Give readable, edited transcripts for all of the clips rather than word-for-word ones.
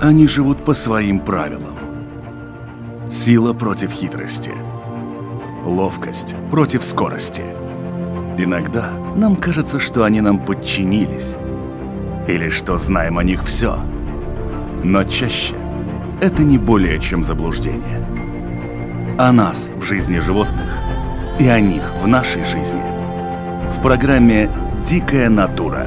Они живут по своим правилам. Сила против хитрости. Ловкость против скорости. Иногда нам кажется, что они нам подчинились. Или что знаем о них все. Но чаще это не более чем заблуждение. О нас в жизни животных и о них в нашей жизни. В программе «Дикая натура».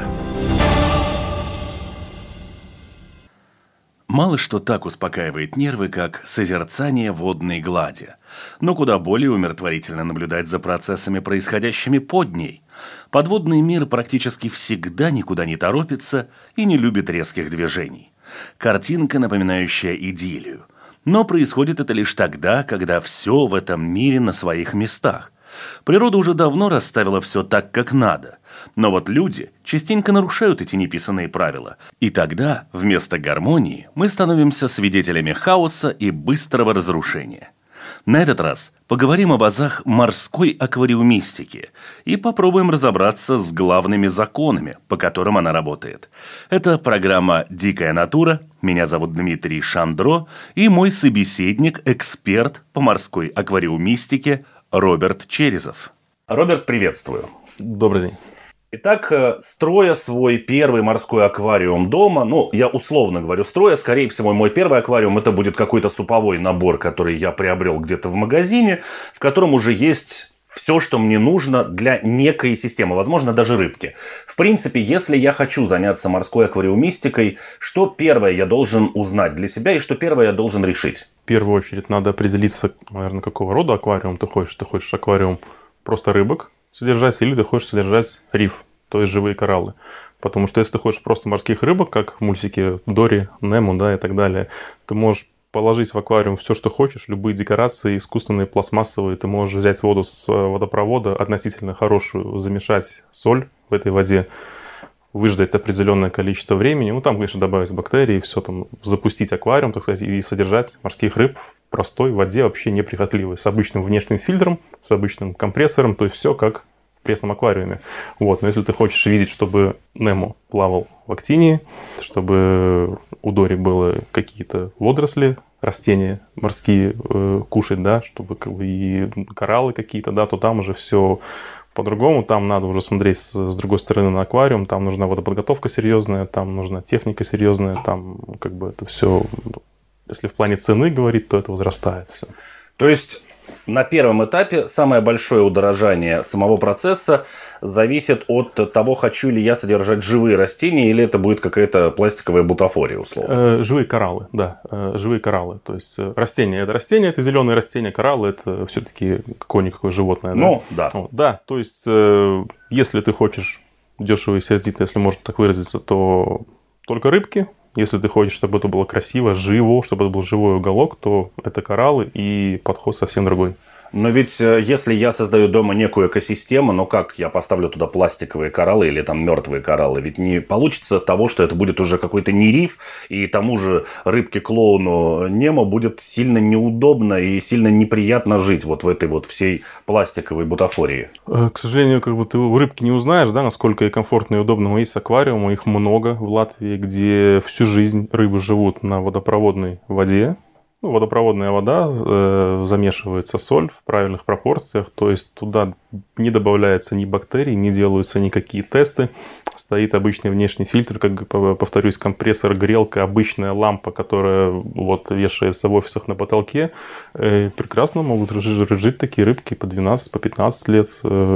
Мало что так успокаивает нервы, как созерцание водной глади, но куда более умиротворительно наблюдать за процессами, происходящими под ней. Подводный мир практически всегда никуда не торопится и не любит резких движений. Картинка, напоминающая идиллию. Но происходит это лишь тогда, когда все в этом мире на своих местах. Природа уже давно расставила все так, как надо. Но вот люди частенько нарушают эти неписанные правила. И тогда, вместо гармонии, мы становимся свидетелями хаоса и быстрого разрушения. На этот раз поговорим об азах морской аквариумистики и попробуем разобраться с главными законами, по которым она работает. Это программа «Дикая натура». Меня зовут Дмитрий Шандро, и мой собеседник, эксперт по морской аквариумистике Роберт Черезов. Роберт, приветствую. Добрый день. Итак, строя свой первый морской аквариум дома, я условно говорю строя, скорее всего, мой первый аквариум это будет какой-то суповой набор, который я приобрел где-то в магазине, в котором уже есть все, что мне нужно для некой системы, возможно, даже рыбки. В принципе, если я хочу заняться морской аквариумистикой, что первое я должен узнать для себя и что первое я должен решить? В первую очередь надо определиться, наверное, какого рода аквариум ты хочешь. Ты хочешь аквариум просто рыбок содержать, или ты хочешь содержать риф, то есть живые кораллы. Потому что если ты хочешь просто морских рыбок, как в мультике Дори, Немо, и так далее, ты можешь положить в аквариум все, что хочешь, любые декорации, искусственные, пластмассовые. Ты можешь взять воду с водопровода, относительно хорошую, замешать соль в этой воде, выждать определенное количество времени. Там, конечно, добавить бактерии, все там, запустить аквариум, так сказать, и содержать морских рыб в простой воде, вообще неприхотливой, с обычным внешним фильтром, с обычным компрессором, то есть все как в пресном аквариуме. Но если ты хочешь видеть, чтобы Немо плавал в актинии, чтобы у Дори было какие-то водоросли, растения морские кушать, чтобы и кораллы какие-то, то там уже все по-другому. Там надо уже смотреть с другой стороны на аквариум, там нужна водоподготовка серьезная, там нужна техника серьезная, там это все, если в плане цены говорить, то это возрастает все. То есть на первом этапе самое большое удорожание самого процесса зависит от того, хочу ли я содержать живые растения, или это будет какая-то пластиковая бутафория, условно. Живые кораллы, живые кораллы. То есть растения, это зеленые растения, кораллы это все-таки какое-никакое животное. Да, то есть если ты хочешь дешево и сердито, если можно так выразиться, то только рыбки. Если ты хочешь, чтобы это было красиво, живо, чтобы это был живой уголок, то это кораллы, и подход совсем другой. Но ведь если я создаю дома некую экосистему, как я поставлю туда пластиковые кораллы или там мертвые кораллы, ведь не получится того, что это будет уже какой-то не риф, и тому же рыбке-клоуну Немо будет сильно неудобно и сильно неприятно жить в этой всей пластиковой бутафории. К сожалению, ты у рыбки не узнаешь, насколько и комфортно и удобно. Есть аквариумы, их много в Латвии, где всю жизнь рыбы живут на водопроводной воде. Водопроводная вода, замешивается соль в правильных пропорциях, то есть туда не добавляется ни бактерий, не делаются никакие тесты. Стоит обычный внешний фильтр, повторюсь, компрессор, грелка, обычная лампа, которая вешается в офисах на потолке. Прекрасно могут жить такие рыбки по 12, по 15 лет,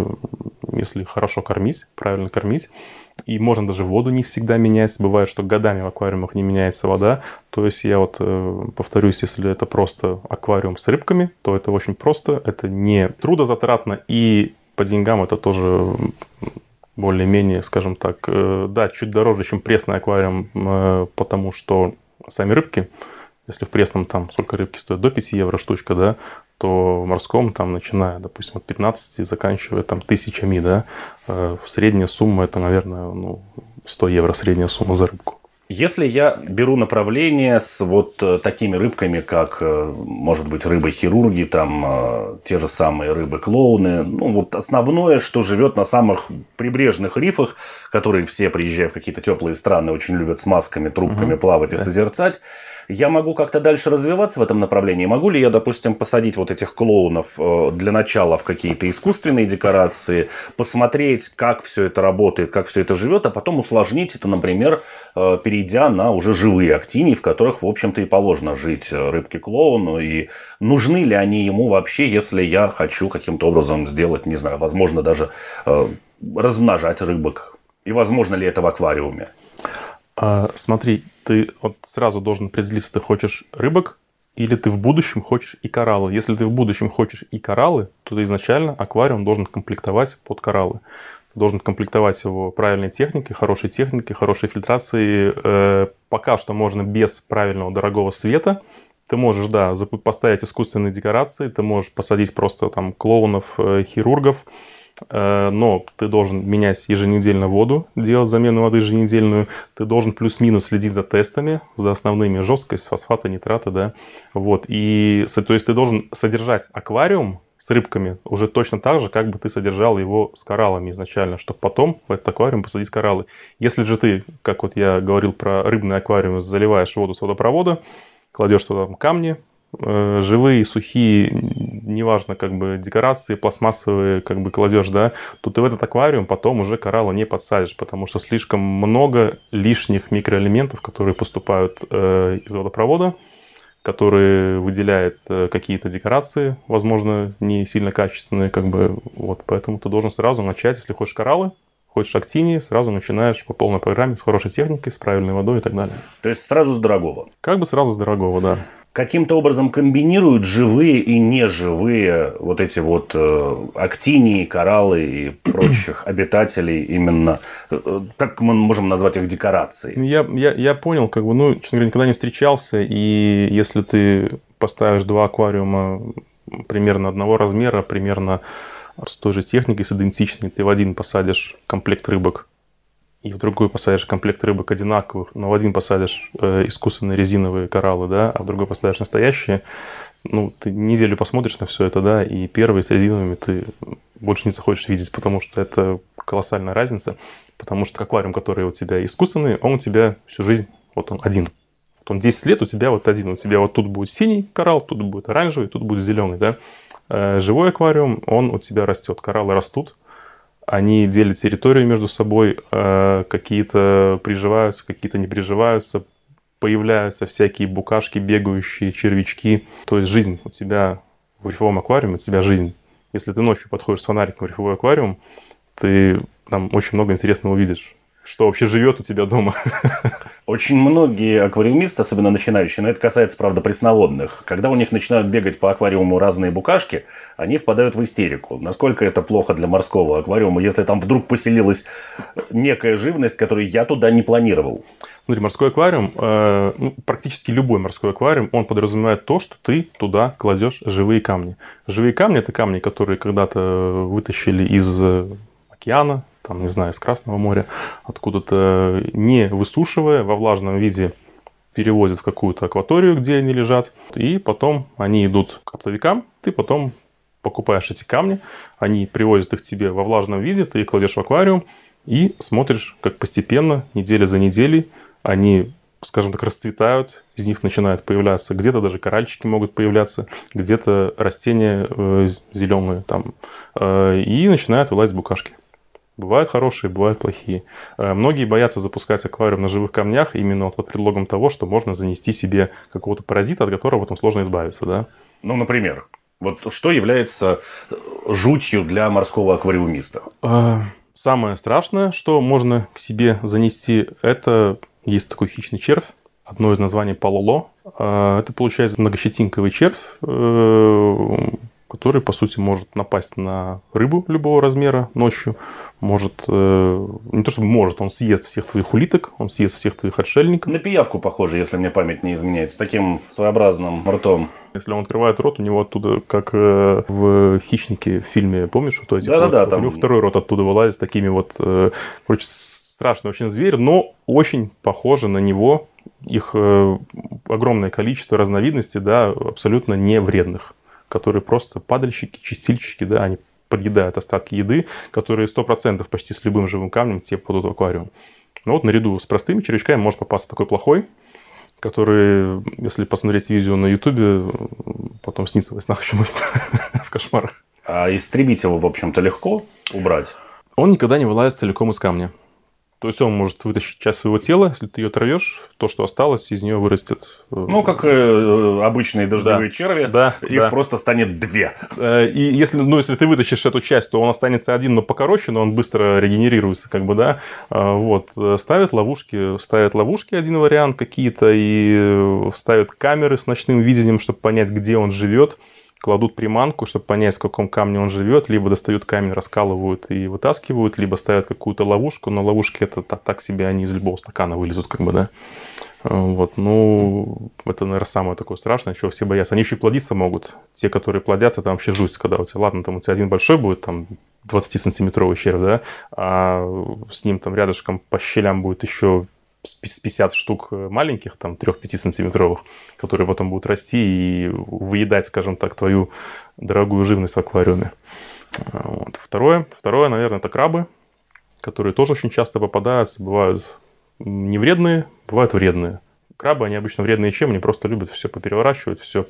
если хорошо кормить, правильно кормить. И можно даже воду не всегда менять. Бывает, что годами в аквариумах не меняется вода. То есть я повторюсь, если это просто аквариум с рыбками, то это очень просто. Это не трудозатратно. И по деньгам это тоже более-менее, скажем так, чуть дороже, чем пресный аквариум, потому что сами рыбки, если в пресном сколько рыбки стоит, до 5 евро штучка, то в морском, начиная, допустим, от 15 и заканчивая тысячами, средняя сумма это, наверное, 100 евро средняя сумма за рыбку. Если я беру направление с вот такими рыбками, как, может быть, рыбы-хирурги, там, те же самые рыбы-клоуны, ну, вот основное, что живет на самых прибрежных рифах, которые все, приезжая в какие-то теплые страны, очень любят с масками, трубками плавать и созерцать, я могу как-то дальше развиваться в этом направлении? Могу ли я, допустим, посадить вот этих клоунов для начала в какие-то искусственные декорации, посмотреть, как все это работает, как все это живет, а потом усложнить это, например, перейдя на уже живые актинии, в которых, в общем-то, и положено жить рыбке-клоуну, и нужны ли они ему вообще, если я хочу каким-то образом сделать, не знаю, возможно, даже размножать рыбок, и возможно ли это в аквариуме? Смотри, ты вот сразу должен определиться, ты хочешь рыбок или ты в будущем хочешь и кораллы. Если ты в будущем хочешь и кораллы, то ты изначально аквариум должен комплектовать под кораллы. Ты должен комплектовать его правильной техникой, хорошей фильтрацией. Пока что можно без правильного дорогого света. Ты можешь, да, поставить искусственные декорации, ты можешь посадить просто там клоунов, хирургов, но ты должен менять еженедельно воду, делать замену воды еженедельную. Ты должен плюс-минус следить за тестами, за основными: жесткость, фосфаты, нитраты, да. Вот. И, то есть ты должен содержать аквариум с рыбками уже точно так же, как бы ты содержал его с кораллами изначально, чтобы потом в этот аквариум посадить кораллы. Если же ты, как вот я говорил про рыбный аквариум, заливаешь воду с водопровода, кладешь туда камни, живые, сухие, неважно, как бы декорации пластмассовые, как бы кладешь, да, то ты в этот аквариум потом уже кораллы не подсадишь, потому что слишком много лишних микроэлементов, которые поступают из водопровода, которые выделяют какие-то декорации, возможно, не сильно качественные, как бы, вот, поэтому ты должен сразу начать, если хочешь кораллы, хочешь актинии, сразу начинаешь по полной программе, с хорошей техникой, с правильной водой и так далее. То есть сразу с дорогого? Как бы сразу с дорогого, да. Каким-то образом комбинируют живые и неживые вот эти вот актинии, кораллы и прочих обитателей именно, как мы можем назвать их, декорацией? Я понял, как бы, ну, честно говоря, никогда не встречался, и если ты поставишь два аквариума примерно одного размера, примерно с той же техникой, с идентичной, ты в один посадишь комплект рыбок, и в другой посадишь комплект рыбок одинаковых, но в один посадишь искусственные резиновые кораллы, да, а в другой посадишь настоящие, ну, ты неделю посмотришь на все это, да, и первые с резиновыми ты больше не захочешь видеть, потому что это колоссальная разница, потому что аквариум, который у тебя искусственный, он у тебя всю жизнь, вот он один. Вот он 10 лет у тебя вот один, у тебя вот тут будет синий коралл, тут будет оранжевый, тут будет зеленый, да. Живой аквариум, он у тебя растет, кораллы растут, они делят территорию между собой, какие-то приживаются, какие-то не приживаются, появляются всякие букашки, бегающие, червячки. То есть жизнь у тебя в рифовом аквариуме, у тебя жизнь. Если ты ночью подходишь с фонариком в рифовой аквариум, ты там очень много интересного увидишь. Что вообще живет у тебя дома. Очень многие аквариумисты, особенно начинающие, но это касается, правда, пресноводных, когда у них начинают бегать по аквариуму разные букашки, они впадают в истерику. Насколько это плохо для морского аквариума, если там вдруг поселилась некая живность, которую я туда не планировал? Смотри, морской аквариум, практически любой морской аквариум, он подразумевает то, что ты туда кладешь живые камни. Живые камни – это камни, которые когда-то вытащили из океана, там, не знаю, из Красного моря, откуда-то, не высушивая, во влажном виде перевозят в какую-то акваторию, где они лежат, и потом они идут к оптовикам, ты потом покупаешь эти камни, они привозят их тебе во влажном виде, ты их кладешь в аквариум и смотришь, как постепенно, неделя за неделей, они, скажем так, расцветают, из них начинают появляться, где-то даже коральчики могут появляться, где-то растения зеленые там, и начинают вылазить букашки. Бывают хорошие, бывают плохие. Многие боятся запускать аквариум на живых камнях именно под предлогом того, что можно занести себе какого-то паразита, от которого потом сложно избавиться, да? Ну, например, вот что является жутью для морского аквариумиста? Самое страшное, что можно к себе занести, это есть такой хищный червь, одно из названий пололо. Это получается многощетинковый червь, который, по сути, может напасть на рыбу любого размера ночью. Может, не то чтобы может, он съест всех твоих улиток, он съест всех твоих отшельников. На пиявку похоже, если мне память не изменяет, с таким своеобразным ртом. Если он открывает рот, у него оттуда, как в «Хищнике» в фильме, помнишь, что да-да-да, у него второй рот оттуда вылазит с такими вот, короче, страшный очень зверь, но очень похоже на него. Их огромное количество разновидностей, да, абсолютно не вредных, которые просто падальщики, чистильщики, да, они подъедают остатки еды, которые 100% почти с любым живым камнем тебе попадут в аквариум. Но вот наряду с простыми червячками может попасться такой плохой, который, если посмотреть видео на ютубе, потом снится во снах еще в кошмарах. А истребить его, в общем-то, легко убрать? Он никогда не вылазит целиком из камня. То есть он может вытащить часть своего тела, если ты ее травешь, то, что осталось, из нее вырастет. Ну, как обычные дождевые черви, их просто станет 2. И если ты вытащишь эту часть, то он останется один, но покороче, но он быстро регенерируется, как бы, да. Вот. Ставят ловушки, один вариант какие-то, и ставят камеры с ночным видением, чтобы понять, где он живет. Кладут приманку, чтобы понять, в каком камне он живет, либо достают камень, раскалывают и вытаскивают, либо ставят какую-то ловушку, но ловушки это так себе, они из любого стакана вылезут, как бы, да. Вот, ну, это, наверное, самое такое страшное, чего все боятся. Они еще и плодиться могут. Те, которые плодятся, там вообще жуть, когда у тебя, ладно, там у тебя один большой будет, там 20-сантиметровый червь, да, а с ним там рядышком по щелям будет еще 50 штук маленьких, там 3-5 сантиметровых, которые потом будут расти и выедать, скажем так, твою дорогую живность в аквариуме. Вот. Второе, наверное, это крабы, которые тоже очень часто попадаются. Бывают не вредные, бывают вредные. Крабы, они обычно вредные чем? Они просто любят все попереворачивать, все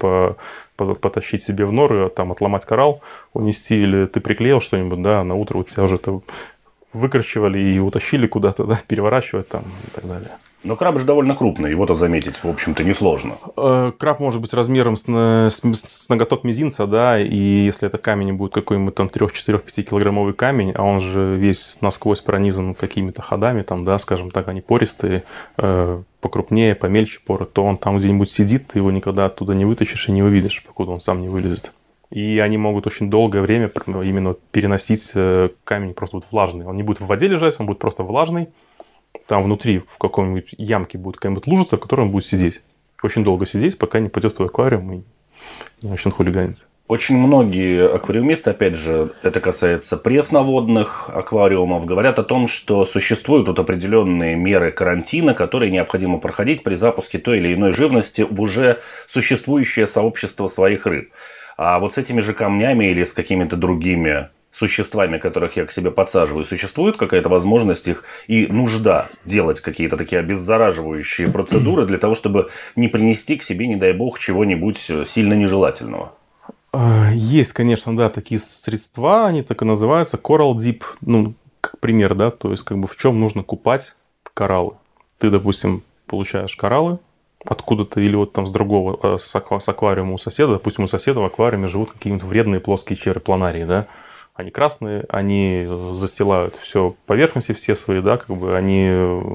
потащить себе в норы, там отломать коралл, унести, или ты приклеил что-нибудь, да, на утро у тебя уже это выкорчевали и утащили куда-то, да, переворачивать там и так далее. Но краб же довольно крупный, его-то заметить, в общем-то, несложно. Краб может быть размером с ноготок мизинца, да, и если это камень будет какой-нибудь там 3-4-5 килограммовый камень, а он же весь насквозь пронизан какими-то ходами, там, да, скажем так, они пористые, покрупнее, помельче поры, то он там где-нибудь сидит, ты его никогда оттуда не вытащишь и не увидишь, покуда он сам не вылезет. И они могут очень долгое время именно переносить камень просто вот влажный. Он не будет в воде лежать, он будет просто влажный. Там внутри в какой-нибудь ямке будет какая-нибудь лужица, в которой он будет сидеть. Очень долго сидеть, пока не пойдет в твой аквариум и не начнет хулиганить. Очень многие аквариумисты, опять же, это касается пресноводных аквариумов, говорят о том, что существуют вот определенные меры карантина, которые необходимо проходить при запуске той или иной живности в уже существующее сообщество своих рыб. А вот с этими же камнями или с какими-то другими существами, которых я к себе подсаживаю, существует какая-то возможность их и нужда делать какие-то такие обеззараживающие процедуры для того, чтобы не принести к себе, не дай бог, чего-нибудь сильно нежелательного? Есть, конечно, да, такие средства, они так и называются, Coral Dip, ну, как пример, да, то есть, как бы в чем нужно купать кораллы. Ты, допустим, получаешь кораллы откуда-то или вот там с другого, с аквариума у соседа. Допустим, у соседа в аквариуме живут какие-нибудь вредные плоские черви планарии, да. Они красные, они застилают все поверхности все свои, да, как бы они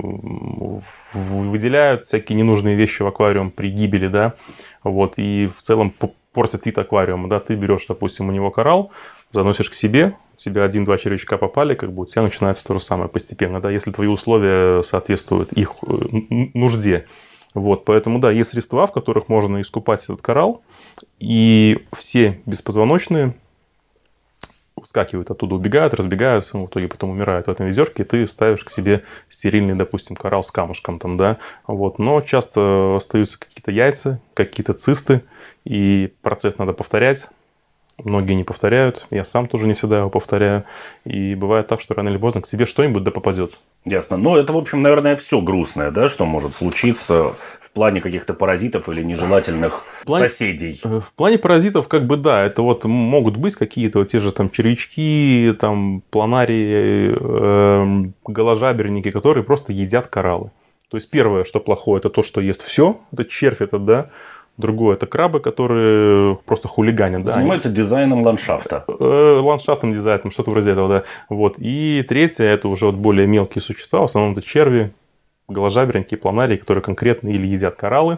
выделяют всякие ненужные вещи в аквариум при гибели, да, вот, и в целом портят вид аквариума, да. Ты берешь, допустим, у него коралл, заносишь к себе, у тебя 1-2 червячка попали, как бы у тебя начинается то же самое постепенно, да, если твои условия соответствуют их нужде. Вот, поэтому, да, есть средства, в которых можно искупать этот коралл, и все беспозвоночные выскакивают оттуда, убегают, разбегаются, в итоге потом умирают в этом ведерке, и ты ставишь к себе стерильный, допустим, коралл с камушком там, да, вот, но часто остаются какие-то яйца, какие-то цисты, и процесс надо повторять. Многие не повторяют, я сам тоже не всегда его повторяю. И бывает так, что рано или поздно к тебе что-нибудь да попадет. Ясно. Ну, это, в общем, наверное, все грустное, да, что может случиться в плане каких-то паразитов или нежелательных соседей. В плане паразитов, как бы, да, это вот могут быть какие-то вот те же там червячки, там планарии, голожаберники, которые просто едят кораллы. То есть первое, что плохое, это то, что ест все, это червь этот, да. Другое – это крабы, которые просто хулиганят. Да, занимаются дизайном ландшафта. Ландшафтным дизайном, что-то вроде этого, да. Вот. И третье – это уже вот более мелкие существа, в основном это черви, голожаберники, планарии, которые конкретно или едят кораллы.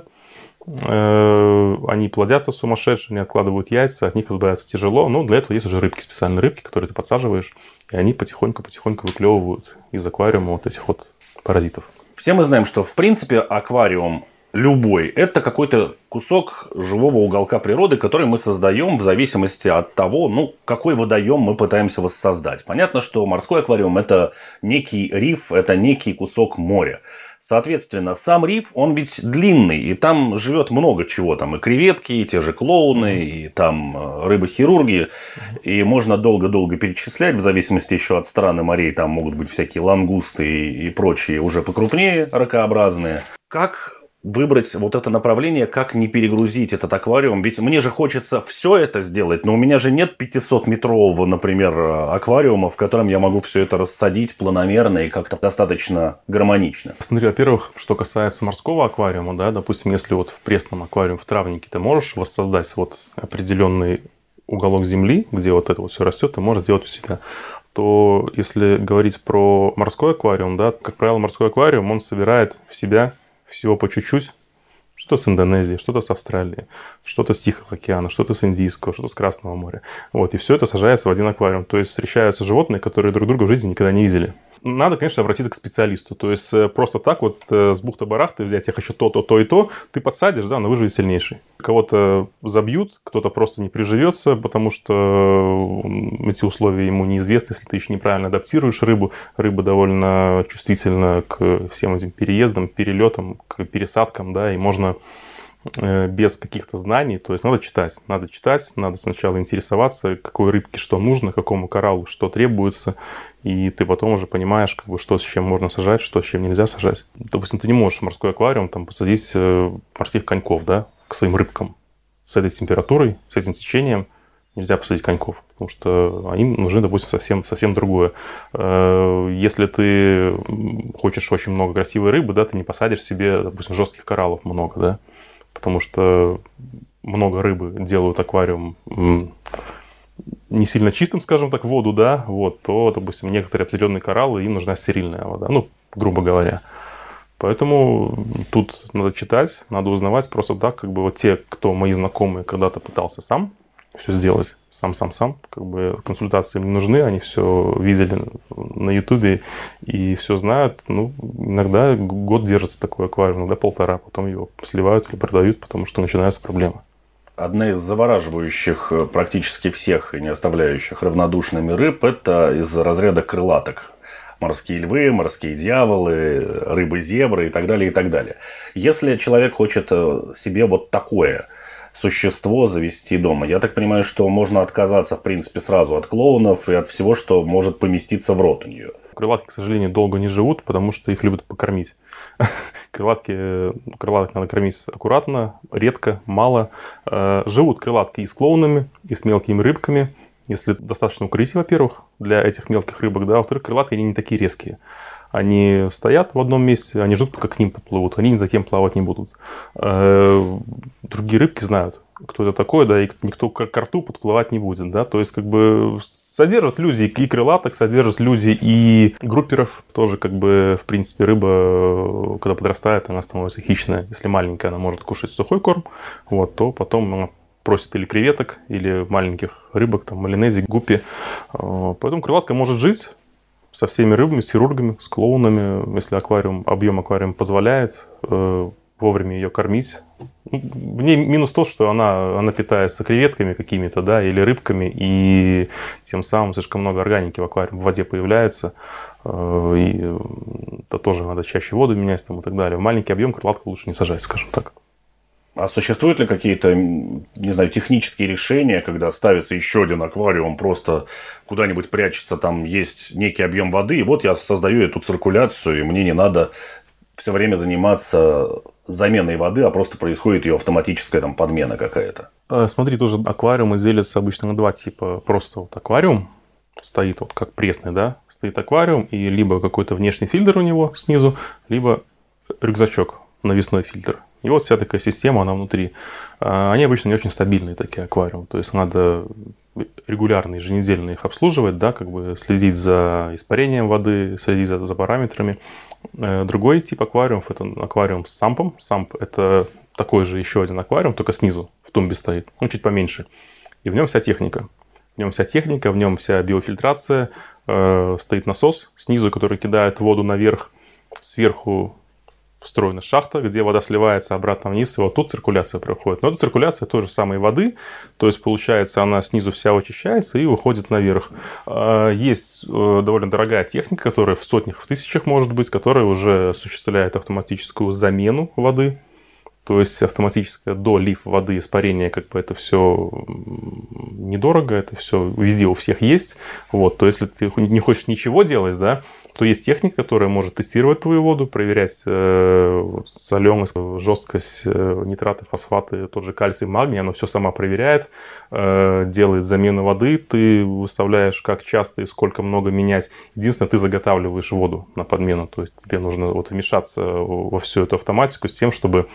Они плодятся сумасшедшие, они откладывают яйца, от них избавиться тяжело. Но для этого есть уже рыбки, специальные рыбки, которые ты подсаживаешь, и они потихоньку выклевывают из аквариума вот этих вот паразитов. Все мы знаем, что в принципе аквариум – любой, это какой-то кусок живого уголка природы, который мы создаем в зависимости от того, какой водоем мы пытаемся воссоздать. Понятно, что морской аквариум – это некий риф, это некий кусок моря. Соответственно, сам риф, он ведь длинный, и там живет много чего. Там и креветки, и те же клоуны, и там рыбы-хирурги. И можно долго-долго перечислять, в зависимости еще от стран и морей. Там могут быть всякие лангусты и прочие уже покрупнее, ракообразные. Как выбрать вот это направление, как не перегрузить этот аквариум? Ведь мне же хочется все это сделать, но у меня же нет 500-метрового, например, аквариума, в котором я могу все это рассадить планомерно и как-то достаточно гармонично. Смотри, во-первых, что касается морского аквариума, да, допустим, если вот в пресном аквариуме в травнике ты можешь воссоздать вот определенный уголок земли, где вот это вот все растет, ты можешь сделать у себя. То если говорить про морской аквариум, да, как правило, морской аквариум, он собирает в себя всего по чуть-чуть. Что-то с Индонезии, что-то с Австралии, что-то с Тихого океана, что-то с Индийского, что-то с Красного моря. Вот, и все это сажается в один аквариум. То есть встречаются животные, которые друг друга в жизни никогда не видели. Надо, конечно, обратиться к специалисту. То есть просто так вот с бухты-барахты взять, я хочу то и то, ты подсадишь, да, но выживет сильнейший. Кого-то забьют, кто-то просто не приживется, потому что эти условия ему неизвестны, если ты еще неправильно адаптируешь рыбу. Рыба довольно чувствительна к всем этим переездам, перелетам, к пересадкам, да, и можно без каких-то знаний, то есть надо читать, надо сначала интересоваться, какой рыбке что нужно, какому кораллу что требуется, и ты потом уже понимаешь, как бы, что с чем можно сажать, что с чем нельзя сажать. Допустим, ты не можешь в морской аквариум там посадить морских коньков, да, к своим рыбкам. С этой температурой, с этим течением нельзя посадить коньков, потому что они нужны, допустим, совсем другое. Если ты хочешь очень много красивой рыбы, да, ты не посадишь себе, допустим, жестких кораллов много, да, потому что много рыбы делают аквариум не сильно чистым, скажем так, воду, да, вот, то, допустим, некоторые определенные кораллы, им нужна стерильная вода, грубо говоря. Поэтому тут надо читать, надо узнавать просто так, как бы вот те, кто мои знакомые, когда-то пытался сам все сделать, сам, как бы консультации им не нужны, они все видели на Ютубе и все знают. Иногда год держится такой аквариум, иногда полтора, потом его сливают или продают, потому что начинаются проблемы. Одна из завораживающих практически всех и не оставляющих равнодушными рыб – это из разряда крылаток. Морские львы, морские дьяволы, рыбы-зебры и так далее, и так далее. Если человек хочет себе вот такое существо завести дома, я так понимаю, что можно отказаться, в принципе, сразу от клоунов и от всего, что может поместиться в рот у нее. Крылатки, к сожалению, долго не живут, потому что их любят покормить. Крылаток надо кормить аккуратно, редко, мало. Живут крылатки и с клоунами, и с мелкими рыбками. Если достаточно укрытия, во-первых, для этих мелких рыбок, да, во-вторых, крылатки, они не такие резкие. Они стоят в одном месте, они ждут, пока к ним подплывут, они ни за кем плавать не будут. Другие рыбки знают, кто это такой, да, и никто к рту подплывать не будет, да, то есть, как бы, содержат люди и крылаток, содержат люди и групперов, тоже, как бы, в принципе, рыба, когда подрастает, она становится хищная. Если маленькая, она может кушать сухой корм, вот, то потом она просит или креветок, или маленьких рыбок, там, малинези, гуппи. Поэтому крылатка может жить со всеми рыбами, с хирургами, с клоунами, если объем аквариума позволяет, вовремя ее кормить. В ней минус то, что она питается креветками какими-то, да, или рыбками, и тем самым слишком много органики в аквариуме, в воде появляется, и это тоже надо чаще воду менять там, и так далее. В маленький объем крылатку лучше не сажать, скажем так. А существуют ли какие-то, не знаю, технические решения, когда ставится еще один аквариум, просто куда-нибудь прячется, там есть некий объем воды, и вот я создаю эту циркуляцию, и мне не надо все время заниматься заменой воды, а просто происходит ее автоматическая там подмена какая-то? Смотри, тоже аквариумы делятся обычно на два типа. Просто вот аквариум стоит вот как пресный, да, стоит аквариум, и либо какой-то внешний фильтр у него снизу, либо рюкзачок, навесной фильтр. И вот вся такая система, она внутри. Они обычно не очень стабильные, такие аквариумы. То есть надо регулярно, еженедельно их обслуживать, да, как бы следить за испарением воды, следить за параметрами. Другой тип аквариумов – это аквариум с сампом. Самп – это такой же еще один аквариум, только снизу в тумбе стоит, он чуть поменьше. И в нем вся техника. В нем вся встроена шахта, где вода сливается обратно вниз, и вот тут циркуляция проходит. Но это циркуляция той же самой воды, то есть, получается, она снизу вся очищается и выходит наверх. Есть довольно дорогая техника, которая в сотнях, в тысячах, может быть, которая уже осуществляет автоматическую замену воды. То есть автоматическое долив воды, испарение, как бы это все недорого, это все везде у всех есть. Вот, то если ты не хочешь ничего делать, да, то есть техника, которая может тестировать твою воду, проверять соленость, жесткость, нитраты, фосфаты, тот же кальций, магний, она все сама проверяет, делает замену воды, ты выставляешь, как часто и сколько много менять. Единственное, ты заготавливаешь воду на подмену, то есть тебе нужно вот вмешаться во всю эту автоматику с тем, чтобы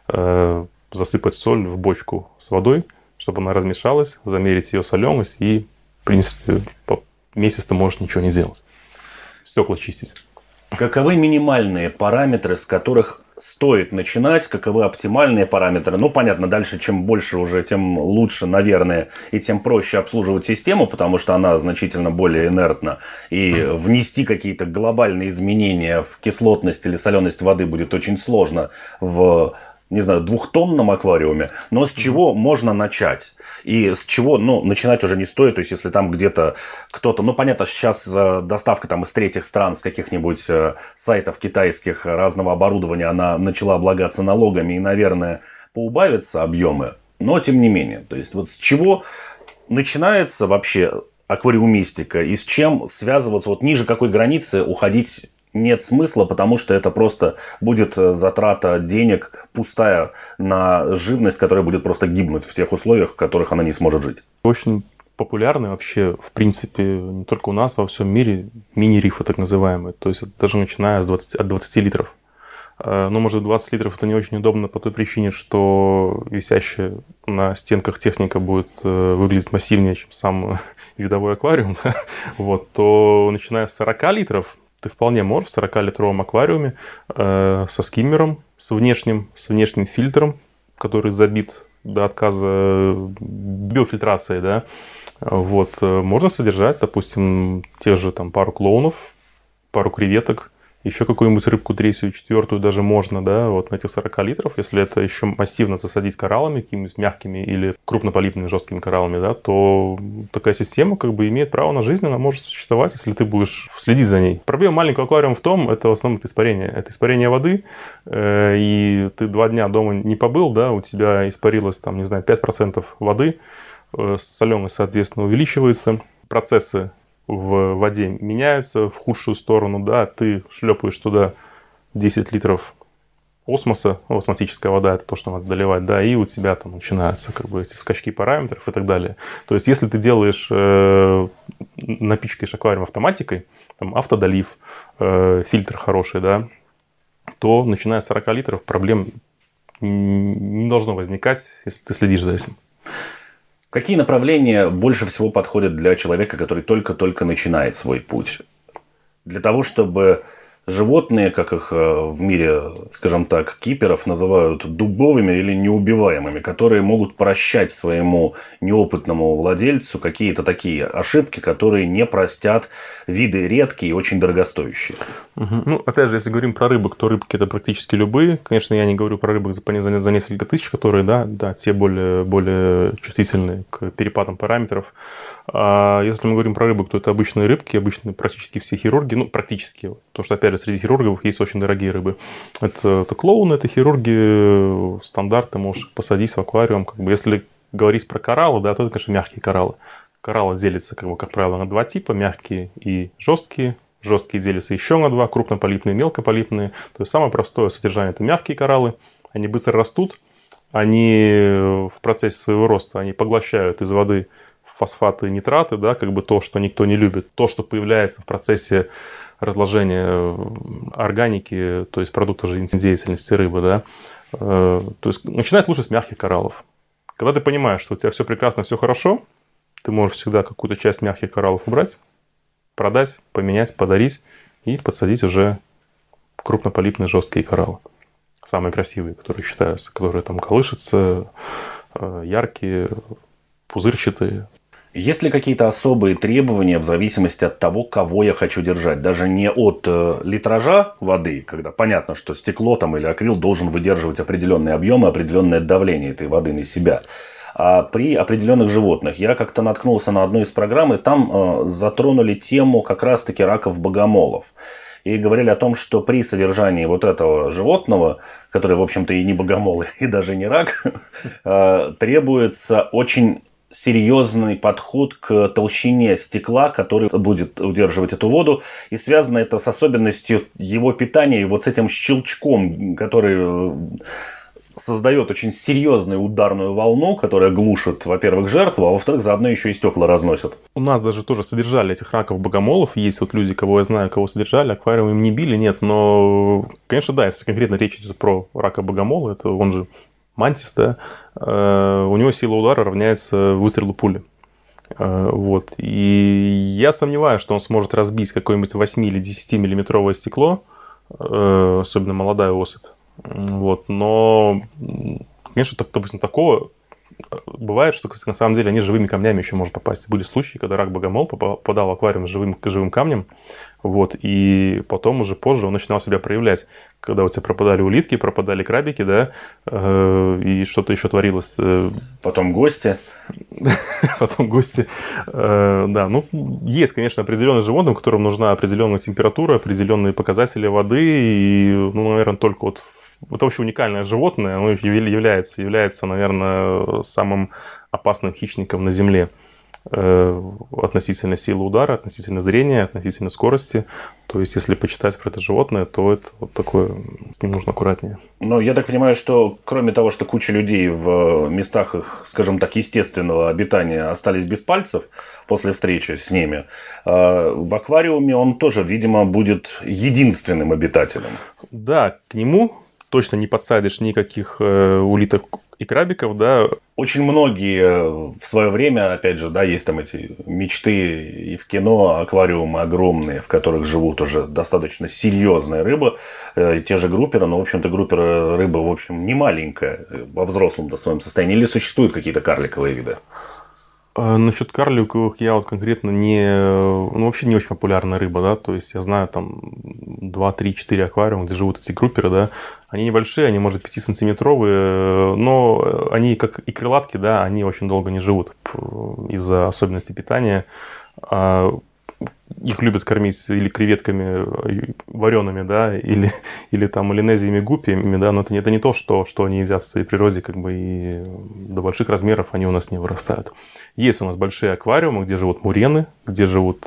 засыпать соль в бочку с водой, чтобы она размешалась, замерить ее соленость и, в принципе, месяц ты можешь ничего не делать. Стекла чистить. Каковы минимальные параметры, с которых стоит начинать? Каковы оптимальные параметры? Ну, понятно, дальше чем больше уже, тем лучше, наверное, и тем проще обслуживать систему, потому что она значительно более инертна. И внести какие-то глобальные изменения в кислотность или соленость воды будет очень сложно в, не знаю, 2-тонном аквариуме, но с чего можно начать? И с чего, ну, начинать уже не стоит, то есть, если там где-то кто-то, ну, понятно, сейчас доставка там из третьих стран, с каких-нибудь сайтов китайских разного оборудования, она начала облагаться налогами и, наверное, поубавятся объемы, но тем не менее, то есть, вот с чего начинается вообще аквариумистика и с чем связываться, вот ниже какой границы уходить нет смысла, потому что это просто будет затрата денег пустая на живность, которая будет просто гибнуть в тех условиях, в которых она не сможет жить. Очень популярны вообще, в принципе, не только у нас, а во всем мире мини-рифы так называемые. То есть даже начиная от 20 литров. Но, может, 20 литров это не очень удобно по той причине, что висящая на стенках техника будет выглядеть массивнее, чем сам видовой аквариум. Да? Вот, то начиная с 40 литров, ты вполне можешь в 40-литровом аквариуме со скиммером, с внешним фильтром, который забит до отказа биофильтрацией, да, вот, можно содержать, допустим, те же там пару клоунов, пару креветок, еще какую-нибудь рыбку третью, четвертую даже можно, да, вот на этих 40 литров, если это еще массивно засадить кораллами, какими-нибудь мягкими или крупнополипными жесткими кораллами, да, то такая система как бы имеет право на жизнь, она может существовать, если ты будешь следить за ней. Проблема маленького аквариума в том, это в основном это испарение воды, и ты 2 дня дома не побыл, да, у тебя испарилось там, не знаю, 5% воды, соленость, соответственно, увеличивается, процессы в воде меняются в худшую сторону, да, ты шлепаешь туда 10 литров осмоса, ну, осмотическая вода, это то, что надо доливать, да, и у тебя там начинаются как бы эти скачки параметров и так далее. То есть, если ты делаешь, напичкаешь аквариум автоматикой, там, автодолив, фильтр хороший, да, то, начиная с 40 литров, проблем не должно возникать, если ты следишь за этим. Какие направления больше всего подходят для человека, который только-только начинает свой путь? Для того, чтобы животные, как их в мире, скажем так, киперов называют дубовыми или неубиваемыми, которые могут прощать своему неопытному владельцу какие-то такие ошибки, которые не простят виды редкие и очень дорогостоящие. Ну, опять же, если говорим про рыбок, то рыбки это практически любые. Конечно, я не говорю про рыбок за несколько тысяч, которые, да, те более чувствительные к перепадам параметров. А если мы говорим про рыбок, то это обычные рыбки, обычно практически все хирурги, ну, практически, потому что, опять же, среди хирургов есть очень дорогие рыбы. Это клоуны, это хирурги, стандарты, можешь посадить в аквариум. Как бы, если говорить про кораллы, да, то это, конечно, мягкие кораллы. Кораллы делятся, как правило, на 2 типа, мягкие и жесткие. Жесткие делятся еще на 2, крупнополипные и мелкополипные. То есть, самое простое содержание – это мягкие кораллы. Они быстро растут, они в процессе своего роста они поглощают из воды фосфаты и нитраты, да, как бы то, что никто не любит, то, что появляется в процессе разложения органики, то есть продукта жизнедеятельности рыбы, да. То есть начинать лучше с мягких кораллов. Когда ты понимаешь, что у тебя все прекрасно, все хорошо, ты можешь всегда какую-то часть мягких кораллов убрать, продать, поменять, подарить и подсадить уже крупнополипные жесткие кораллы. Самые красивые, которые считаются, которые там колышутся, яркие, пузырчатые. Есть ли какие-то особые требования в зависимости от того, кого я хочу держать? Даже не от литража воды, когда понятно, что стекло там, или акрил должен выдерживать определенные объемы, определенное давление этой воды на себя. А при определенных животных. Я как-то наткнулся на одну из программ, и там затронули тему как раз-таки раков-богомолов. И говорили о том, что при содержании вот этого животного, который, в общем-то, и не богомол, и даже не рак, требуется очень серьезный подход к толщине стекла, который будет удерживать эту воду. И связано это с особенностью его питания и вот с этим щелчком, который создает очень серьезную ударную волну, которая глушит, во-первых, жертву, а во-вторых, заодно еще и стекла разносят. У нас даже тоже содержали этих раков-богомолов. Есть вот люди, кого я знаю, кого содержали. Аквариум им не били, нет. Но, конечно, да, если конкретно речь идет про рака-богомола, это он же мантис, да, у него сила удара равняется выстрелу пули. Вот. И я сомневаюсь, что он сможет разбить какое-нибудь 8 или 10 миллиметровое стекло, особенно молодая особь. Вот. Но, конечно, допустим, такого бывает, что на самом деле они живыми камнями еще может попасть. Были случаи, когда рак-богомол попадал в аквариум с живым камнем, вот, и потом уже позже он начинал себя проявлять. Когда у тебя пропадали улитки, пропадали крабики, да, и что-то еще творилось. Потом гости. Потом гости. Да, ну, есть, конечно, определенные животные, которым нужна определенная температура, определенные показатели воды, и, ну, наверное, только вот это вообще уникальное животное, оно является, наверное, самым опасным хищником на Земле относительно силы удара, относительно зрения, относительно скорости. То есть, если почитать про это животное, то это вот такое, с ним нужно аккуратнее. Но я так понимаю, что кроме того, что куча людей в местах их, скажем так, естественного обитания остались без пальцев после встречи с ними, в аквариуме он тоже, видимо, будет единственным обитателем. Да, к нему точно не подсадишь никаких улиток и крабиков, да. Очень многие в свое время, опять же, да, есть там эти мечты и в кино, аквариумы огромные, в которых живут уже достаточно серьезная рыба, те же групперы, но, в общем-то, группера рыба, в общем, не маленькая во взрослом-то своем состоянии, или существуют какие-то карликовые виды? Насчет карликовых я вот конкретно вообще не очень популярная рыба, да, то есть я знаю там 2, 3, 4 аквариума, где живут эти групперы, да, они небольшие, они, может, 5-сантиметровые, но они, как и крылатки, да, они очень долго не живут из-за особенностей питания. Их любят кормить или креветками вареными, да, или там малинезиями, гуппиями, да, но это не то, что они едят в своей природе, как бы, и до больших размеров они у нас не вырастают. Есть у нас большие аквариумы, где живут мурены, где живут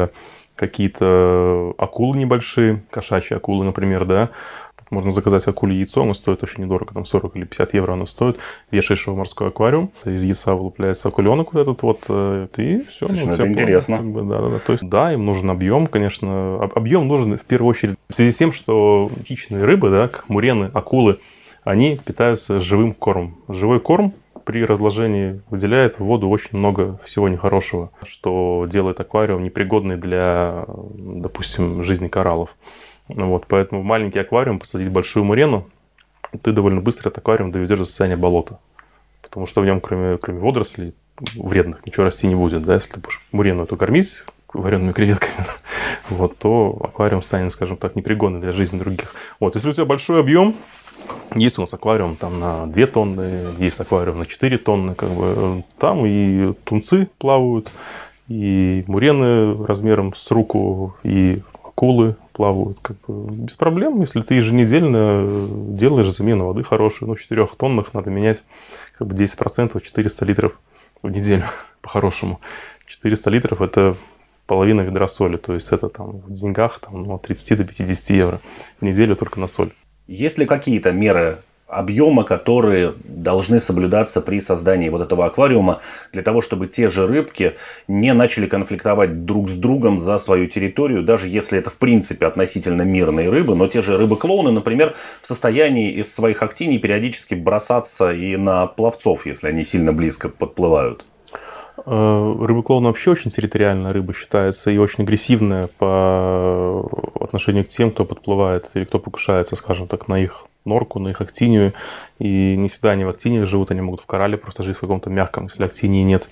какие-то акулы небольшие, кошачьи акулы, например, да. Можно заказать акуле яйцо, оно стоит очень недорого, там 40 или 50 евро оно стоит. Вешаешь его в морской аквариум, из яйца вылупляется акуленок вот этот вот, и все. Ну, это интересно. Как бы, да. То есть, да, им нужен объем, конечно. Объем нужен в первую очередь в связи с тем, что хищные рыбы, да, как мурены, акулы, они питаются живым кормом. Живой корм при разложении выделяет в воду очень много всего нехорошего, что делает аквариум непригодный для, допустим, жизни кораллов. Вот, поэтому в маленький аквариум посадить большую мурену, ты довольно быстро этот аквариум доведешь до состояния болота. Потому что в нем, кроме водорослей вредных, ничего расти не будет. Да? Если ты будешь мурену эту кормить вареными креветками, вот, то аквариум станет, скажем так, непригодный для жизни других. Вот, если у тебя большой объем, есть у нас аквариум там, на 2 тонны, есть аквариум на 4 тонны, как бы, там и тунцы плавают, и мурены размером с руку, и акулы плавают, как бы, без проблем. Если ты еженедельно делаешь замену воды хорошую, в 4 тоннах надо менять как бы 10%, 400 литров в неделю, по-хорошему. 400 литров – это половина ведра соли, то есть это там в деньгах там, от 30 до 50 евро в неделю только на соль. Есть ли какие-то меры объема, которые должны соблюдаться при создании вот этого аквариума, для того, чтобы те же рыбки не начали конфликтовать друг с другом за свою территорию, даже если это в принципе относительно мирные рыбы, но те же рыбы-клоуны, например, в состоянии из своих актиний периодически бросаться и на пловцов, если они сильно близко подплывают? Рыба-клоун вообще очень территориальная рыба считается и очень агрессивная по отношению к тем, кто подплывает или кто покушается, скажем так, на их норку, на их актинию. И не всегда они в актинии живут, они могут в коралле просто жить в каком-то мягком, если актинии нет.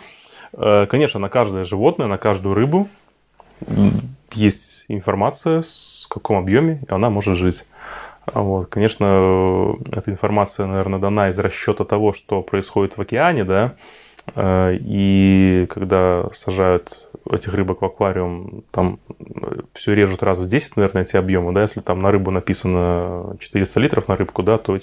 Конечно, на каждое животное, на каждую рыбу есть информация, в каком объеме она может жить. Вот. Конечно, эта информация, наверное, дана из расчета того, что происходит в океане, да, и когда сажают этих рыбок в аквариум, там все режут раз в 10, наверное, эти объемы, да, если там на рыбу написано 400 литров на рыбку, да, то эти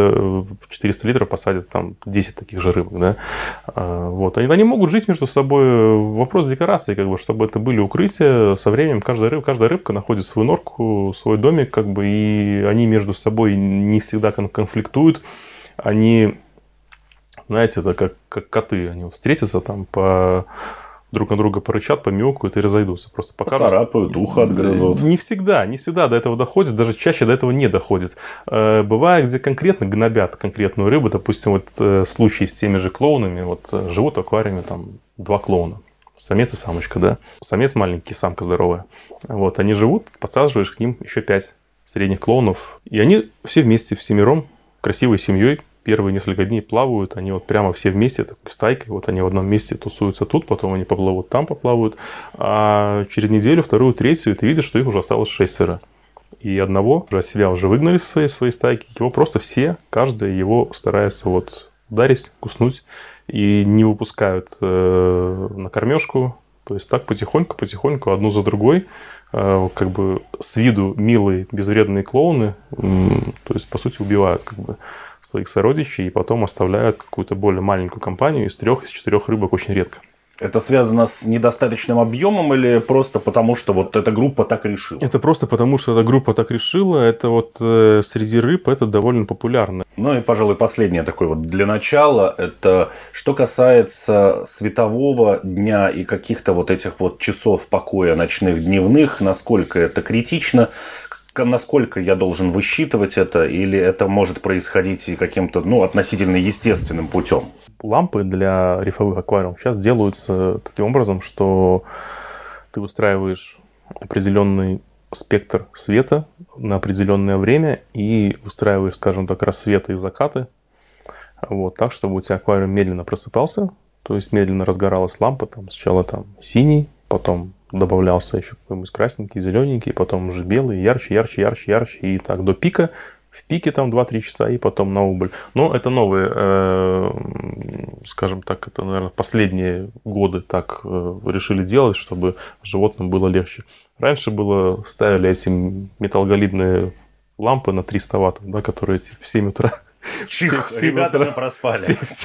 400 литров посадят там 10 таких же рыбок, да. Вот. Они могут жить между собой, вопрос декорации, как бы, чтобы это были укрытия, со временем каждая рыбка находит свою норку, свой домик, как бы, и они между собой не всегда конфликтуют, они... Знаете, это как коты. Они встретятся там, друг на друга порычат, помяукают и разойдутся. Просто покажут. Поцарапают, ухо отгрызут. Не всегда до этого доходит, даже чаще до этого не доходит. Бывает, где конкретно гнобят конкретную рыбу. Допустим, вот случаи с теми же клоунами. Вот живут в аквариуме там 2 клоуна. Самец и самочка, да. Самец маленький, самка здоровая. Вот, они живут, подсаживаешь к ним еще 5 средних клоунов. И они все вместе, всемиром, красивой семьей, первые несколько дней плавают, они вот прямо все вместе, такой стайкой, вот они в одном месте тусуются тут, потом они поплывут там, поплавают, а через неделю, вторую, третью, ты видишь, что их уже осталось 6. И одного уже себя уже выгнали со своей стайки, его просто все, каждый его старается вот ударить, куснуть, и не выпускают на кормежку, то есть так потихоньку, одну за другой, как бы с виду милые, безвредные клоуны, то есть, по сути, убивают как бы своих сородичей и потом оставляют какую-то более маленькую компанию из 3-4 рыбок очень редко. Это связано с недостаточным объемом или просто потому, что вот эта группа так решила? Это просто потому, что эта группа так решила. Это вот среди рыб это довольно популярно. Ну и, пожалуй, последнее такое вот для начала. Это что касается светового дня и каких-то вот этих вот часов покоя ночных, дневных, насколько это критично, насколько я должен высчитывать это, или это может происходить и каким-то, относительно естественным путем? Лампы для рифовых аквариумов сейчас делаются таким образом, что ты выстраиваешь определенный спектр света на определенное время и устраиваешь, скажем так, рассветы и закаты, вот, так, чтобы у тебя аквариум медленно просыпался, то есть медленно разгоралась лампа, там, сначала там синий, потом добавлялся еще какой-нибудь красненький, зелененький, потом уже белый, ярче, и так до пика. В пике там 2-3 часа, и потом на убыль. Но это новые, скажем так, это, наверное, последние годы так решили делать, чтобы животным было легче. Раньше ставили эти металлогалидные лампы на 300 ватт, да, которые в 7 утра... Чих, ребята мы проспали. В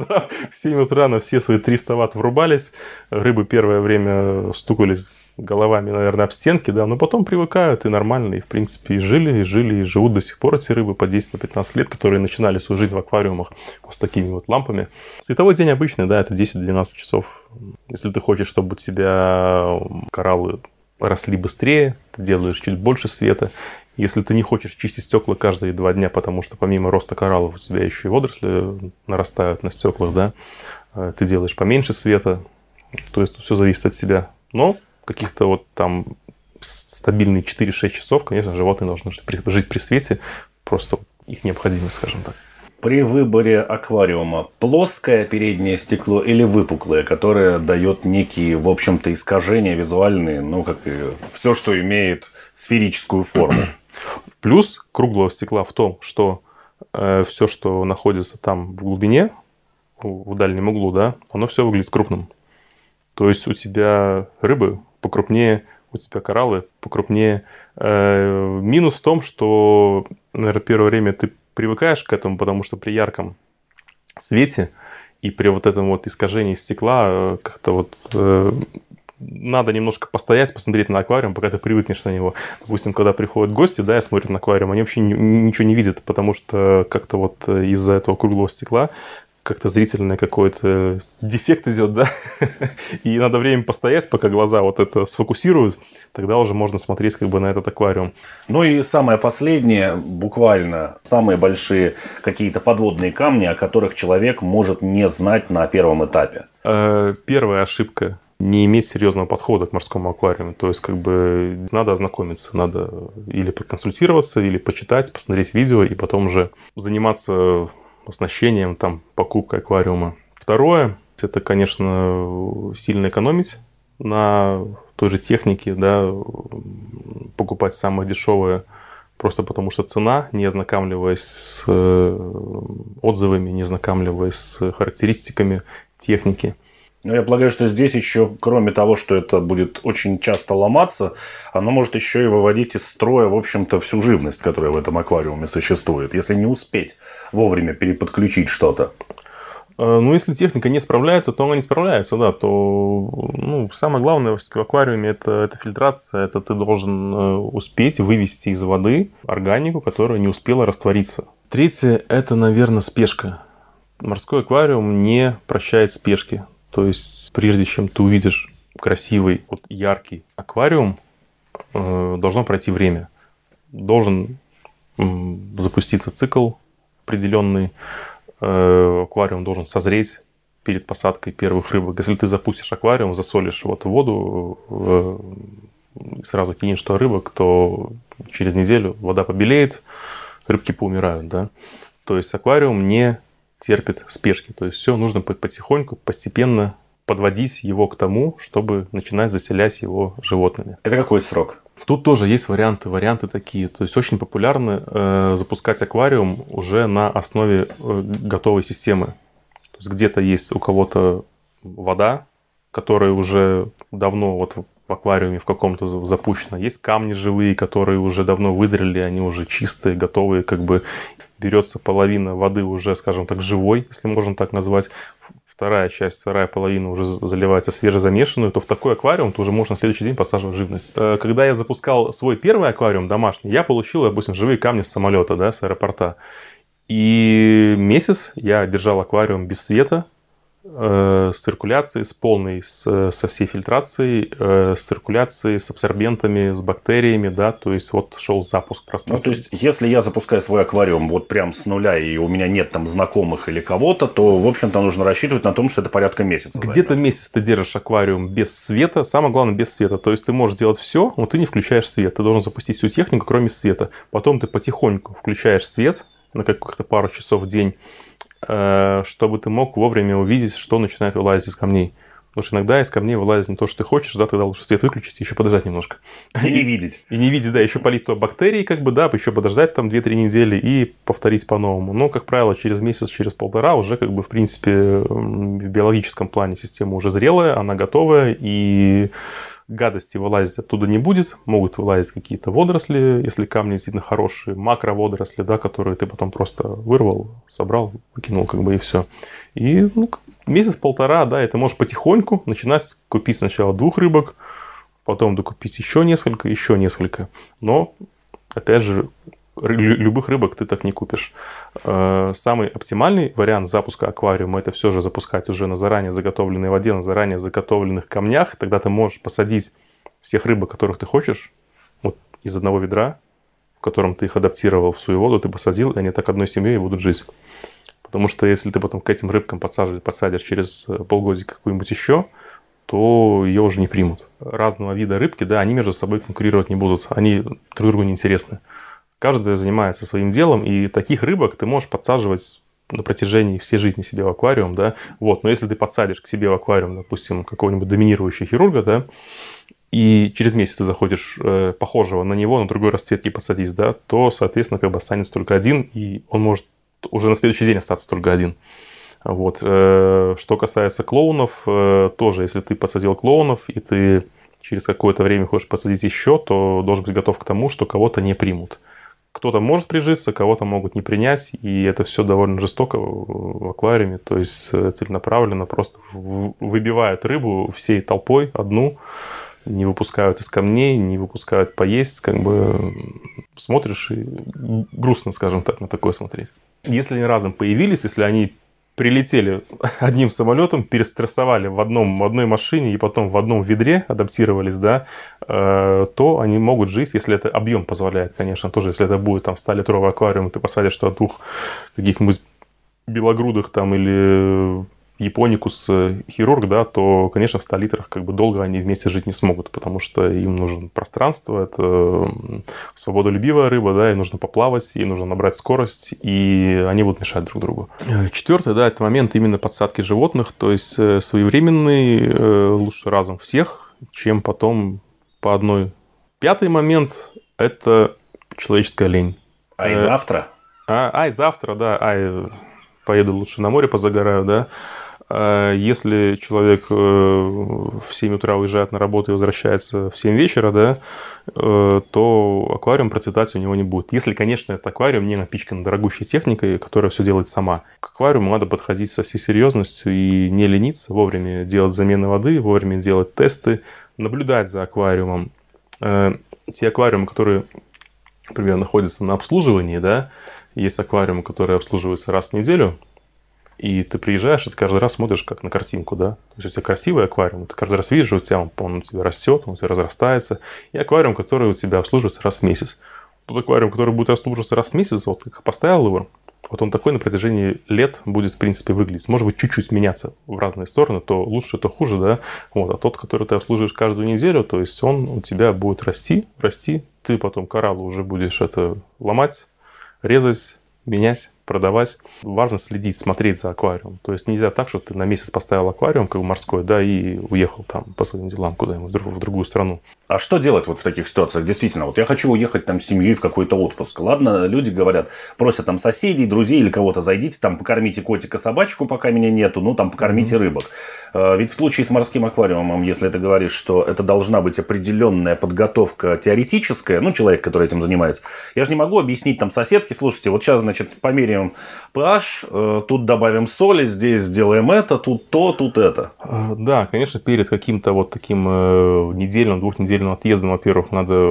7 утра на все свои 300 ватт врубались. Рыбы первое время стукались головами, наверное, об стенки, да, но потом привыкают и нормально, и, в принципе, и жили, и живут до сих пор эти рыбы по 10-15 лет, которые начинали свою жизнь в аквариумах вот с такими вот лампами. Световой день обычный, да, это 10-12 часов. Если ты хочешь, чтобы у тебя кораллы росли быстрее, ты делаешь чуть больше света. Если ты не хочешь чистить стекла каждые 2 дня, потому что помимо роста кораллов у тебя еще и водоросли нарастают на стеклах, да, ты делаешь поменьше света, то есть все зависит от себя. Но каких-то вот там стабильные 4-6 часов, конечно, животные должны жить при свете, просто их необходимость, скажем так. При выборе аквариума плоское переднее стекло или выпуклое, которое дает некие, в общем-то, искажения визуальные, как и все, что имеет сферическую форму. Плюс круглого стекла в том, что все, что находится там в глубине, в дальнем углу, да, оно все выглядит крупным. То есть у тебя рыбы покрупнее, у тебя кораллы покрупнее. Минус в том, что, наверное, первое время ты привыкаешь к этому, потому что при ярком свете и при вот этом вот искажении стекла как-то вот надо немножко постоять, посмотреть на аквариум, пока ты привыкнешь на него. Допустим, когда приходят гости, да, и смотрят на аквариум, они вообще ничего не видят, потому что как-то вот из-за этого круглого стекла как-то зрительный какой-то дефект идет, да, и надо время постоять, пока глаза вот это сфокусируют, тогда уже можно смотреть как бы на этот аквариум. Ну и самое последнее, буквально самые большие какие-то подводные камни, о которых человек может не знать на первом этапе. Первая ошибка – не иметь серьезного подхода к морскому аквариуму, то есть как бы надо ознакомиться, надо или проконсультироваться, или почитать, посмотреть видео и потом уже заниматься оснащением, там, покупкой аквариума. Второе, Это, конечно, сильно экономить на той же технике, да, покупать самое дешевое, просто потому что цена, не ознакомливаясь с отзывами, не ознакомливаясь с характеристиками техники. Но я полагаю, что здесь еще, кроме того, что это будет очень часто ломаться, оно может еще и выводить из строя, в общем-то, всю живность, которая в этом аквариуме существует, если не успеть вовремя переподключить что-то. Ну, если техника не справляется, то она не справляется, да. То самое главное в аквариуме это фильтрация. Это ты должен успеть вывести из воды органику, которая не успела раствориться. Третье – это, наверное, спешка. Морской аквариум не прощает спешки. То есть, прежде чем ты увидишь красивый, яркий аквариум, должно пройти время. Должен запуститься цикл определенный. Аквариум должен созреть перед посадкой первых рыбок. Если ты запустишь аквариум, засолишь воду, сразу кинешь туда рыбок, то через неделю вода побелеет, рыбки поумирают. Да? То есть аквариум не терпит спешки. То есть все нужно потихоньку, постепенно подводить его к тому, чтобы начинать заселять его животными. Это какой срок? Тут тоже есть варианты такие. То есть очень популярно запускать аквариум уже на основе готовой системы. То есть где-то есть у кого-то вода, которая уже давно в аквариуме в каком-то запущена. Есть камни живые, которые уже давно вызрели, они уже чистые, готовые, берется половина воды уже, скажем так, живой, если можно так назвать. Вторая половина уже заливается свежезамешанную, то в такой аквариум ты уже можешь на следующий день подсаживать живность. Когда я запускал свой первый аквариум домашний, я получил, допустим, живые камни с самолета, да, с аэропорта. И месяц я держал аквариум без света, с циркуляцией, со всей фильтрацией, с циркуляцией, с абсорбентами, с бактериями, да, то есть шел запуск процесса. То есть, если я запускаю свой аквариум прям с нуля, и у меня нет там знакомых или кого-то, то, в общем-то, нужно рассчитывать на том, что это порядка месяца. Где-то месяц ты держишь аквариум без света, самое главное, без света. То есть, ты можешь делать все, но ты не включаешь свет. Ты должен запустить всю технику, кроме света. Потом ты потихоньку включаешь свет на каких-то пару часов в день, чтобы ты мог вовремя увидеть, что начинает вылазить из камней. Потому что иногда из камней вылазит не то, что ты хочешь, да, тогда лучше свет выключить и еще подождать немножко. И не видеть. И не видеть, да, еще полить туда бактерии, еще подождать там 2-3 недели и повторить по-новому. Но, как правило, через месяц, через полтора уже, в принципе, в биологическом плане система уже зрелая, она готовая, и гадости вылазить оттуда не будет. Могут вылазить какие-то водоросли, если камни действительно хорошие, макроводоросли, да, которые ты потом просто вырвал, собрал, выкинул, и все. И месяц-полтора, да, и ты можешь потихоньку начинать купить сначала 2 рыбок, потом докупить еще несколько. Но, опять же, любых рыбок ты так не купишь. Самый оптимальный вариант запуска аквариума – это все же запускать уже на заранее заготовленной воде, на заранее заготовленных камнях. Тогда ты можешь посадить всех рыбок, которых ты хочешь, из одного ведра, в котором ты их адаптировал в свою воду, ты посадил, и они так одной семьей будут жить. Потому что если ты потом к этим рыбкам подсадишь через полгодика какую-нибудь еще, то ее уже не примут. Разного вида рыбки, да, они между собой конкурировать не будут. Они друг другу не интересны. Каждый занимается своим делом, и таких рыбок ты можешь подсаживать на протяжении всей жизни себе в аквариум, да. Но если ты подсадишь к себе в аквариум, допустим, какого-нибудь доминирующего хирурга, да, и через месяц ты заходишь похожего на него, на другой расцветке посадить, да, то, соответственно, останется только один, и он может уже на следующий день остаться только один. Что касается клоунов, тоже, если ты подсадил клоунов, и ты через какое-то время хочешь посадить еще, то должен быть готов к тому, что кого-то не примут. Кто-то может прижиться, кого-то могут не принять, и это все довольно жестоко в аквариуме, то есть целенаправленно просто выбивают рыбу всей толпой одну, не выпускают из камней, не выпускают поесть, смотришь и грустно, скажем так, на такое смотреть. Если они разом появились, если они прилетели одним самолетом, перестрессовали в одной машине и потом в одном ведре адаптировались, да, то они могут жить, если это объем позволяет, конечно, тоже, если это будет 100-литровый аквариум, ты посадишь туда 2 каких-нибудь белогрудых или японикус, хирург, да, то, конечно, в 100 литрах как бы долго они вместе жить не смогут, потому что им нужно пространство, это свободолюбивая рыба, да, ей нужно поплавать, ей нужно набрать скорость, и они будут мешать друг другу. Четвертое, да, это момент именно подсадки животных, то есть своевременный, лучше разом всех, чем потом по одной. Пятый момент – это человеческая лень. И завтра? И завтра, да, поеду лучше на море позагораю, да. Если человек в 7 утра уезжает на работу и возвращается в 7 вечера, да, то аквариум процветать у него не будет. Если, конечно, этот аквариум не напичкан дорогущей техникой, которая все делает сама. К аквариуму надо подходить со всей серьезностью и не лениться, вовремя делать замены воды, вовремя делать тесты, наблюдать за аквариумом. Те аквариумы, которые, например, находятся на обслуживании, да, есть аквариумы, которые обслуживаются раз в неделю, и ты приезжаешь, и ты каждый раз смотришь как на картинку, да. То есть у тебя красивый аквариум, ты каждый раз видишь, у тебя он у тебя растет, он у тебя разрастается. И аквариум, который у тебя обслуживается раз в месяц. Тот аквариум, который будет обслуживаться раз в месяц, вот ты поставил его, вот он такой на протяжении лет будет, в принципе, выглядеть. Может быть, чуть-чуть меняться в разные стороны, то лучше, то хуже, да. Вот. А тот, который ты обслуживаешь каждую неделю, то есть он у тебя будет расти, ты потом кораллу уже будешь это ломать, резать, менять, продавать. Важно следить, смотреть за аквариумом. То есть нельзя так, что ты на месяц поставил аквариум, как бы морской, да, и уехал там по своим делам куда-нибудь в другую страну. А что делать вот в таких ситуациях? Действительно, вот я хочу уехать там с семьей в какой-то отпуск. Ладно, люди говорят, просят там соседей, друзей или кого-то, зайдите, там покормите котика, собачку, пока меня нету, ну там покормите рыбок. Ведь в случае с морским аквариумом, если ты говоришь, что это должна быть определенная подготовка теоретическая, ну человек, который этим занимается, я же не могу объяснить там соседке, слушайте, вот сейчас, значит, померяем pH, тут добавим соли, здесь сделаем это, тут то, тут это. Да, конечно, перед каким-то вот таким недельным, двухнедельным отъездом, во-первых, надо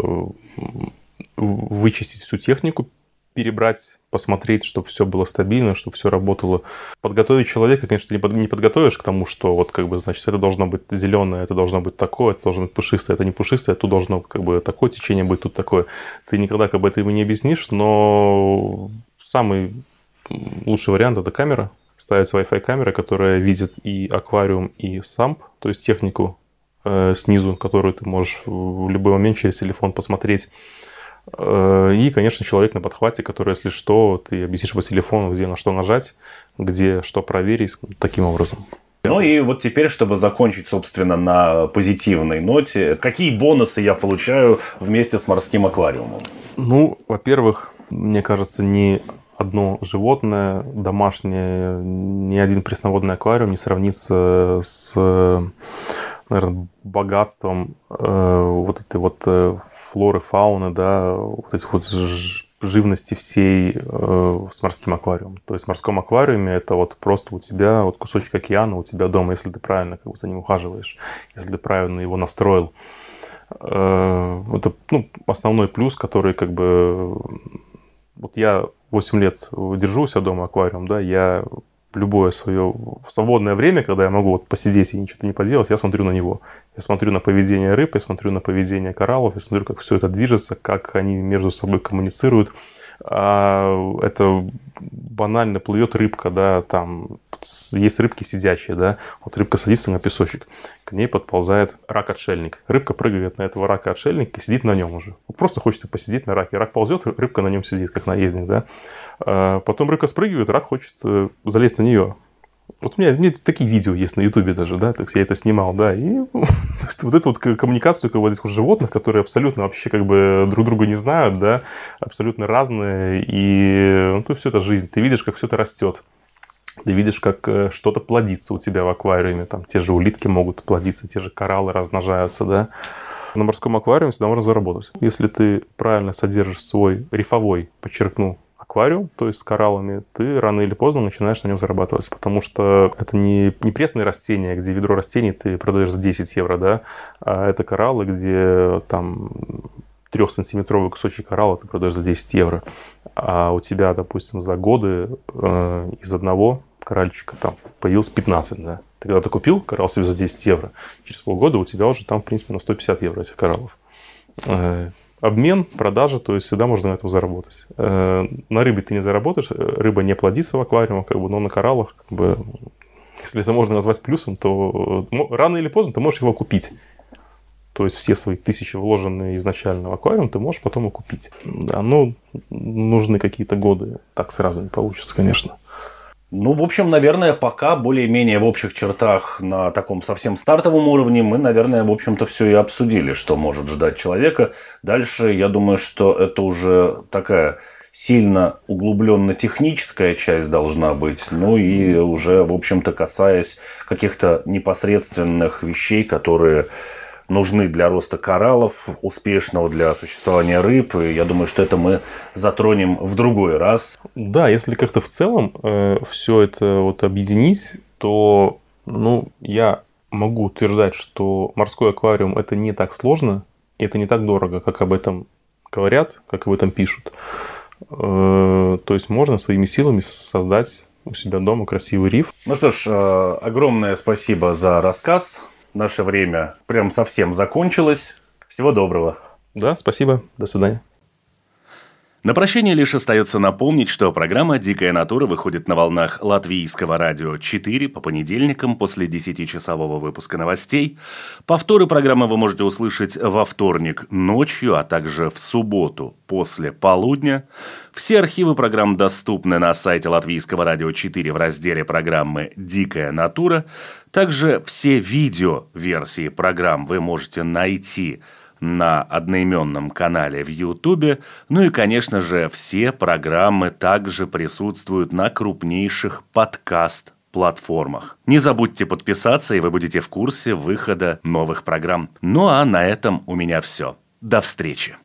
вычистить всю технику, перебрать, посмотреть, чтобы все было стабильно, чтобы все работало. Подготовить человека, конечно, не подготовишь к тому, что вот как бы, значит, это должно быть зеленое, это должно быть такое, это должно быть пушистое, это не пушистое, тут должно как бы такое течение быть, тут такое. Ты никогда как бы это ему не объяснишь, но самый лучший вариант – это камера. Ставится Wi-Fi камера, которая видит и аквариум, и самп, то есть технику снизу, которую ты можешь в любой момент через телефон посмотреть. И, конечно, человек на подхвате, который, если что, ты объяснишь по телефону, где на что нажать, где что проверить, таким образом. Ну и вот теперь, чтобы закончить, собственно, на позитивной ноте, какие бонусы я получаю вместе с морским аквариумом? Ну, во-первых, мне кажется, ни одно животное домашнее, ни один пресноводный аквариум не сравнится с, наверное, богатством вот этой вот флоры, фауны, да, вот этих вот живности всей с морским аквариумом. То есть в морском аквариуме это вот просто у тебя вот кусочек океана у тебя дома, если ты правильно как бы за ним ухаживаешь, если ты правильно его настроил. Это, ну, основной плюс, который как бы... Вот я 8 лет держу у себя дома аквариум, да, я любое свое свободное время, когда я могу вот посидеть и ничего не поделать, я смотрю на него. Я смотрю на поведение рыб, я смотрю на поведение кораллов, я смотрю, как все это движется, как они между собой коммуницируют. Это банально плывет рыбка, да, там есть рыбки сидячие, да, вот рыбка садится на песочек, к ней подползает рак-отшельник. Рыбка прыгает на этого рака-отшельника и сидит на нем уже. Просто хочет посидеть на раке. Рак ползет, рыбка на нем сидит, как наездник, да. Потом рыбка спрыгивает, рак хочет залезть на нее. Вот у меня такие видео есть на Ютубе даже, да, так я это снимал, да, и вот эту вот коммуникацию как бы этих животных, которые абсолютно вообще как бы друг друга не знают, да, абсолютно разные, и ну, все это жизнь, ты видишь, как все это растет, ты видишь, как что-то плодится у тебя в аквариуме, там те же улитки могут плодиться, те же кораллы размножаются, да. На морском аквариуме всегда можно заработать. Если ты правильно содержишь свой рифовой, подчеркну, аквариум, то есть с кораллами, ты рано или поздно начинаешь на нем зарабатывать. Потому что это не пресные растения, где ведро растений ты продаешь за 10 евро, да, а это кораллы, где там 3-сантиметровый кусочек коралла ты продаешь за 10 евро. А у тебя, допустим, за годы из одного коральчика там появилось 15, да. Ты когда-то купил коралл себе за 10 евро, через полгода у тебя уже там, в принципе, на 150 евро этих кораллов. Обмен, продажа, то есть всегда можно на этом заработать. На рыбе ты не заработаешь, рыба не плодится в аквариуме, как бы, но на кораллах как бы если это можно назвать плюсом, то рано или поздно ты можешь его купить. То есть все свои 1000, вложенные изначально в аквариум, ты можешь потом окупить. Да, но нужны какие-то годы. Так сразу не получится, конечно. Ну, в общем, наверное, пока более-менее в общих чертах на таком совсем стартовом уровне мы, наверное, в общем-то все и обсудили, что может ждать человека. Дальше, я думаю, что это уже такая сильно углубленно техническая часть должна быть, ну и уже, в общем-то, касаясь каких-то непосредственных вещей, которые нужны для роста кораллов, успешного для существования рыб. И я думаю, что это мы затронем в другой раз. Да, если как-то в целом все это вот объединить, то я могу утверждать, что морской аквариум это не так сложно, и это не так дорого, как об этом говорят, как об этом пишут. То есть можно своими силами создать у себя дома красивый риф. Ну что ж, огромное спасибо за рассказ. Наше время прям совсем закончилось. Всего доброго. Да, спасибо. До свидания. На прощание лишь остается напомнить, что программа «Дикая натура» выходит на волнах Латвийского радио 4 по понедельникам после 10-часового выпуска новостей. Повторы программы вы можете услышать во вторник ночью, а также в субботу после полудня. Все архивы программ доступны на сайте Латвийского радио 4 в разделе программы «Дикая натура». Также все видео-версии программ вы можете найти на одноименном канале в Ютубе. Ну и, конечно же, все программы также присутствуют на крупнейших подкаст-платформах. Не забудьте подписаться, и вы будете в курсе выхода новых программ. Ну а на этом у меня все. До встречи.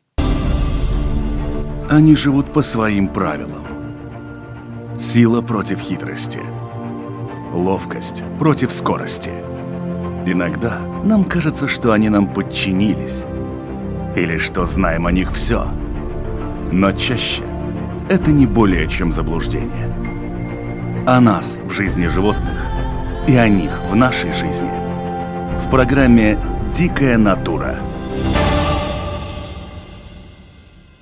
Они живут по своим правилам. Сила против хитрости. Ловкость против скорости. Иногда нам кажется, что они нам подчинились. Или что знаем о них все. Но чаще это не более чем заблуждение. О нас в жизни животных и о них в нашей жизни. В программе «Дикая натура».